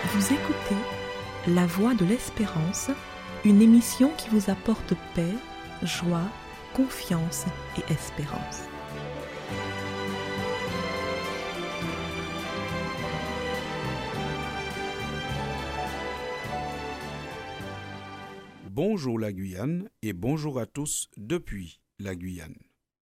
Vous écoutez La Voix de l'Espérance, une émission qui vous apporte paix, joie, confiance et espérance. Bonjour la Guyane et bonjour à tous depuis la Guyane.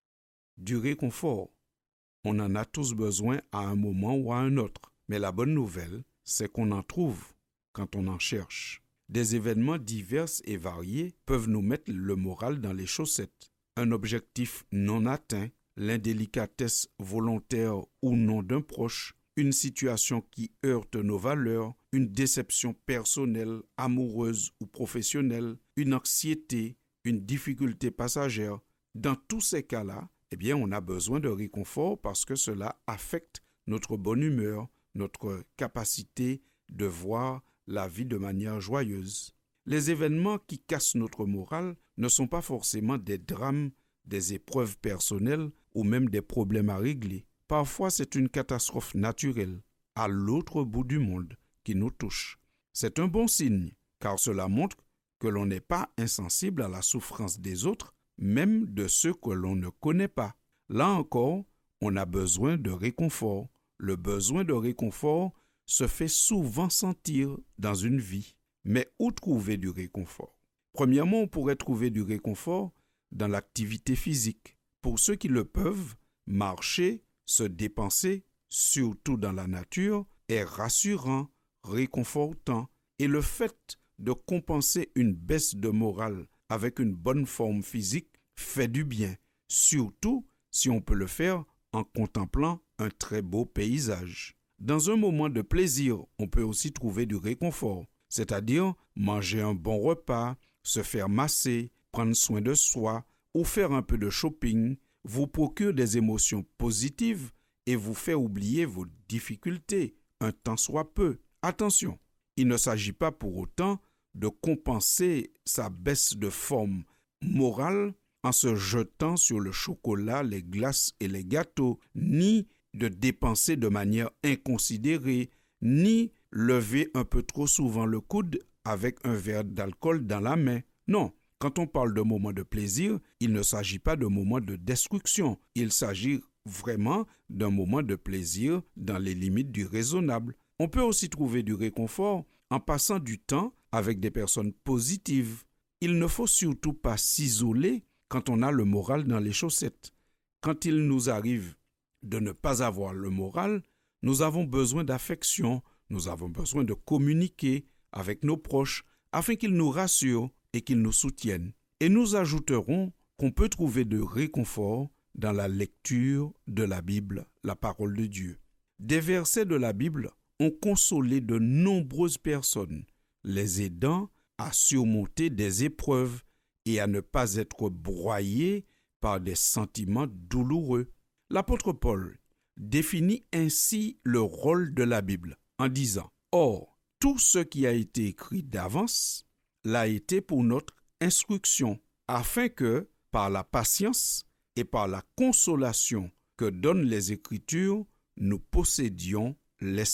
Du réconfort, on en a tous besoin à un moment ou à un autre, mais la bonne nouvelle, c'est qu'on en trouve quand on en cherche. Des événements divers et variés peuvent nous mettre le moral dans les chaussettes. Un objectif non atteint, l'indélicatesse volontaire ou non d'un proche, une situation qui heurte nos valeurs, une déception personnelle, amoureuse ou professionnelle, une anxiété, une difficulté passagère. Dans tous ces cas-là, on a besoin de réconfort parce que cela affecte notre bonne humeur, notre capacité de voir la vie de manière joyeuse. Les événements qui cassent notre morale ne sont pas forcément des drames, des épreuves personnelles ou même des problèmes à régler. Parfois, c'est une catastrophe naturelle à l'autre bout du monde qui nous touche. C'est un bon signe, car cela montre que l'on n'est pas insensible à la souffrance des autres, même de ceux que l'on ne connaît pas. Là encore, on a besoin de réconfort. Le besoin de réconfort se fait souvent sentir dans une vie. Mais où trouver du réconfort? Premièrement, on pourrait trouver du réconfort dans l'activité physique. Pour ceux qui le peuvent, marcher, se dépenser, surtout dans la nature, est rassurant, réconfortant. Et le fait de compenser une baisse de morale avec une bonne forme physique fait du bien, surtout si on peut le faire en contemplant un très beau paysage. Dans un moment de plaisir, on peut aussi trouver du réconfort, c'est-à-dire manger un bon repas, se faire masser, prendre soin de soi ou faire un peu de shopping vous procure des émotions positives et vous fait oublier vos difficultés, un tant soit peu. Attention, il ne s'agit pas pour autant de compenser sa baisse de forme morale en se jetant sur le chocolat, les glaces et les gâteaux, ni de dépenser de manière inconsidérée, ni lever un peu trop souvent le coude avec un verre d'alcool dans la main. Non, quand on parle de moments de plaisir, il ne s'agit pas de moments de destruction. Il s'agit vraiment d'un moment de plaisir dans les limites du raisonnable. On peut aussi trouver du réconfort en passant du temps avec des personnes positives. Il ne faut surtout pas s'isoler quand on a le moral dans les chaussettes. Quand il nous arrive de ne pas avoir le moral, nous avons besoin d'affection, nous avons besoin de communiquer avec nos proches afin qu'ils nous rassurent et qu'ils nous soutiennent. Et nous ajouterons qu'on peut trouver de réconfort dans la lecture de la Bible, la parole de Dieu. Des versets de la Bible ont consolé de nombreuses personnes, les aidant à surmonter des épreuves et à ne pas être broyés par des sentiments douloureux. L'apôtre Paul définit ainsi le rôle de la Bible en disant « Or, tout ce qui a été écrit d'avance l'a été pour notre instruction, afin que, par la patience et par la consolation que donnent les Écritures, nous possédions l'espérance. »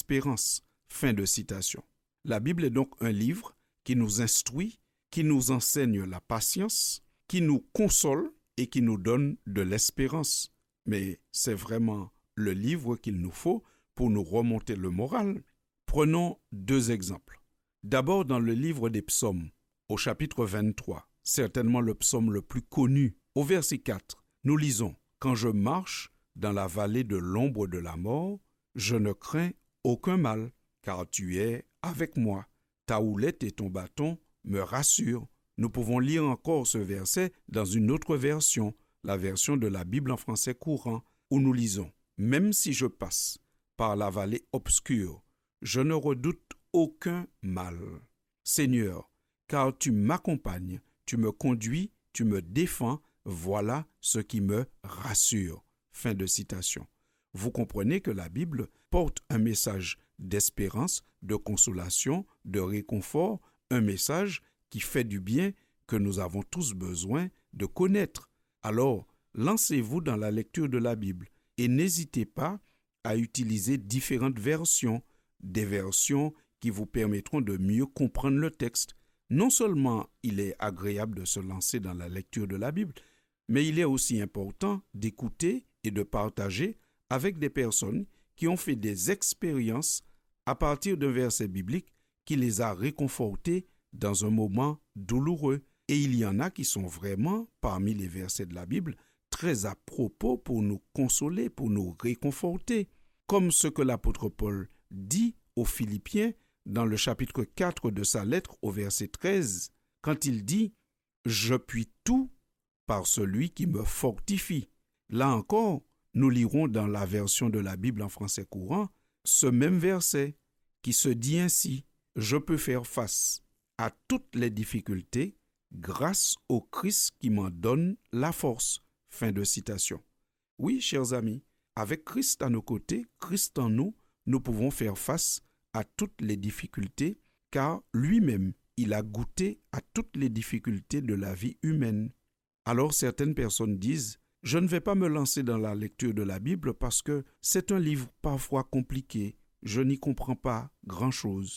Fin de citation. La Bible est donc un livre qui nous instruit, qui nous enseigne la patience, qui nous console et qui nous donne de l'espérance. Mais c'est vraiment le livre qu'il nous faut pour nous remonter le moral. Prenons deux exemples. D'abord dans le livre des psaumes, au chapitre 23, certainement le psaume le plus connu. Au verset 4, nous lisons « Quand je marche dans la vallée de l'ombre de la mort, je ne crains aucun mal, car tu es avec moi. Ta houlette et ton bâton me rassurent. » Nous pouvons lire encore ce verset dans une autre version, la version de la Bible en français courant, où nous lisons « Même si je passe par la vallée obscure, je ne redoute aucun mal. Seigneur, car tu m'accompagnes, tu me conduis, tu me défends, voilà ce qui me rassure. » Fin de citation. Vous comprenez que la Bible porte un message d'espérance, de consolation, de réconfort, un message qui fait du bien que nous avons tous besoin de connaître. Alors, lancez-vous dans la lecture de la Bible et n'hésitez pas à utiliser différentes versions, des versions qui vous permettront de mieux comprendre le texte. Non seulement il est agréable de se lancer dans la lecture de la Bible, mais il est aussi important d'écouter et de partager avec des personnes qui ont fait des expériences à partir d'un verset biblique qui les a réconfortés dans un moment douloureux. Et il y en a qui sont vraiment, parmi les versets de la Bible, très à propos pour nous consoler, pour nous réconforter, comme ce que l'apôtre Paul dit aux Philippiens dans le chapitre 4 de sa lettre au verset 13, quand il dit « Je puis tout par celui qui me fortifie ». Là encore, nous lirons dans la version de la Bible en français courant ce même verset qui se dit ainsi « Je peux faire face à toutes les difficultés grâce au Christ qui m'en donne la force ». Fin de citation. Oui, chers amis, avec Christ à nos côtés, Christ en nous, nous pouvons faire face à toutes les difficultés, car lui-même, il a goûté à toutes les difficultés de la vie humaine. Alors certaines personnes disent « Je ne vais pas me lancer dans la lecture de la Bible parce que c'est un livre parfois compliqué, je n'y comprends pas grand-chose. »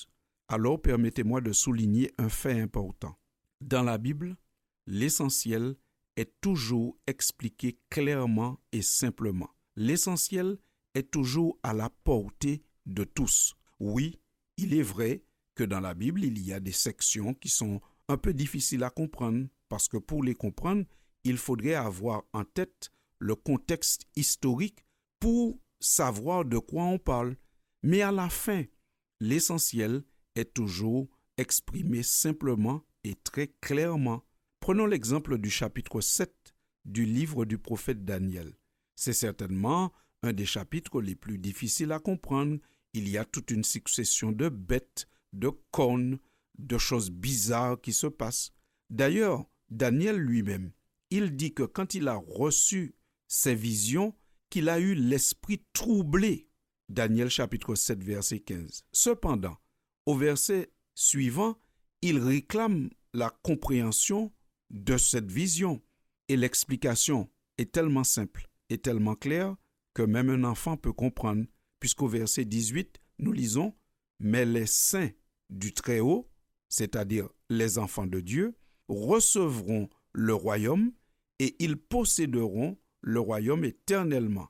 Alors permettez-moi de souligner un fait important. Dans la Bible, l'essentiel est toujours expliqué clairement et simplement. L'essentiel est toujours à la portée de tous. Oui, il est vrai que dans la Bible, il y a des sections qui sont un peu difficiles à comprendre, parce que pour les comprendre, il faudrait avoir en tête le contexte historique pour savoir de quoi on parle. Mais à la fin, l'essentiel est toujours exprimé simplement et très clairement. Prenons l'exemple du chapitre 7 du livre du prophète Daniel. C'est certainement un des chapitres les plus difficiles à comprendre. Il y a toute une succession de bêtes, de cornes, de choses bizarres qui se passent. D'ailleurs, Daniel lui-même, il dit que quand il a reçu ces visions, qu'il a eu l'esprit troublé. Daniel chapitre 7, verset 15. Cependant, au verset suivant, il réclame la compréhension de cette vision. Et l'explication est tellement simple et tellement claire que même un enfant peut comprendre, puisqu'au verset 18, nous lisons « Mais les saints du Très-Haut, c'est-à-dire les enfants de Dieu, recevront le royaume et ils posséderont le royaume éternellement,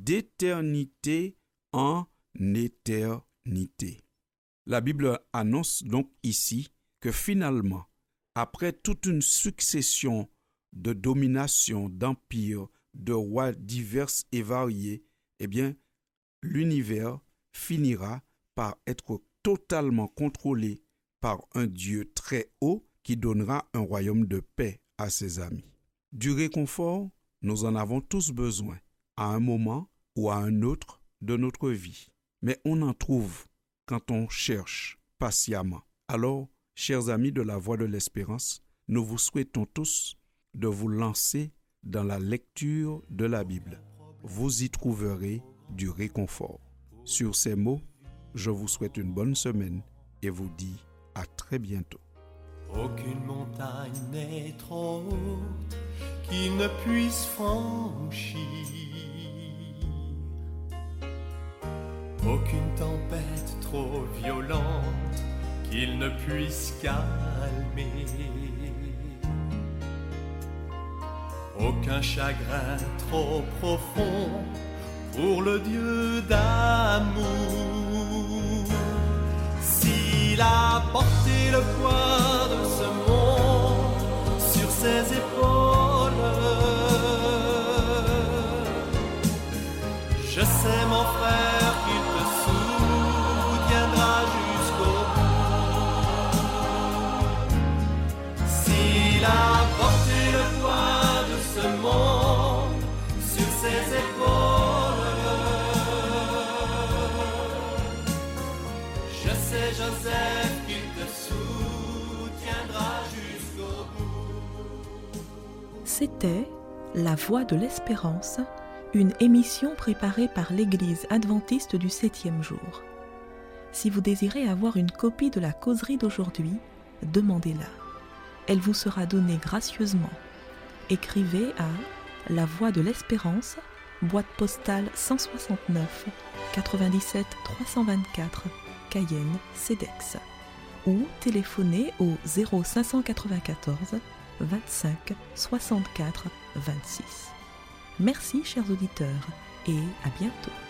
d'éternité en éternité. » La Bible annonce donc ici que finalement, après toute une succession de dominations, d'empires, de rois divers et variés, eh bien, l'univers finira par être totalement contrôlé par un Dieu très haut qui donnera un royaume de paix à ses amis. Du réconfort, nous en avons tous besoin, à un moment ou à un autre de notre vie. Mais on en trouve quand on cherche patiemment. Alors, chers amis de la Voix de l'Espérance, nous vous souhaitons tous de vous lancer dans la lecture de la Bible. Vous y trouverez du réconfort. Sur ces mots, je vous souhaite une bonne semaine et vous dis à très bientôt. Aucune montagne n'est trop haute qu'il ne puisse franchir. Aucune tempête trop violente qu'il ne puisse calmer. Aucun chagrin trop profond pour le Dieu d'amour. S'il a porté le poids de ce monde sur ses épaules, je sais mon frère qu'il te soutiendra jusqu'au bout. S'il a porté le poids de ce monde sur ses épaules, je sais Joseph qu'il te soutiendra jusqu'au bout. C'était La Voix de l'Espérance, une émission préparée par l'Église adventiste du 7e jour. Si vous désirez avoir une copie de la causerie d'aujourd'hui, demandez-la. Elle vous sera donnée gracieusement. Écrivez à La Voix de l'Espérance, boîte postale 169 97 324 Cayenne CEDEX ou téléphonez au 0594 25 64 26. Merci chers auditeurs et à bientôt.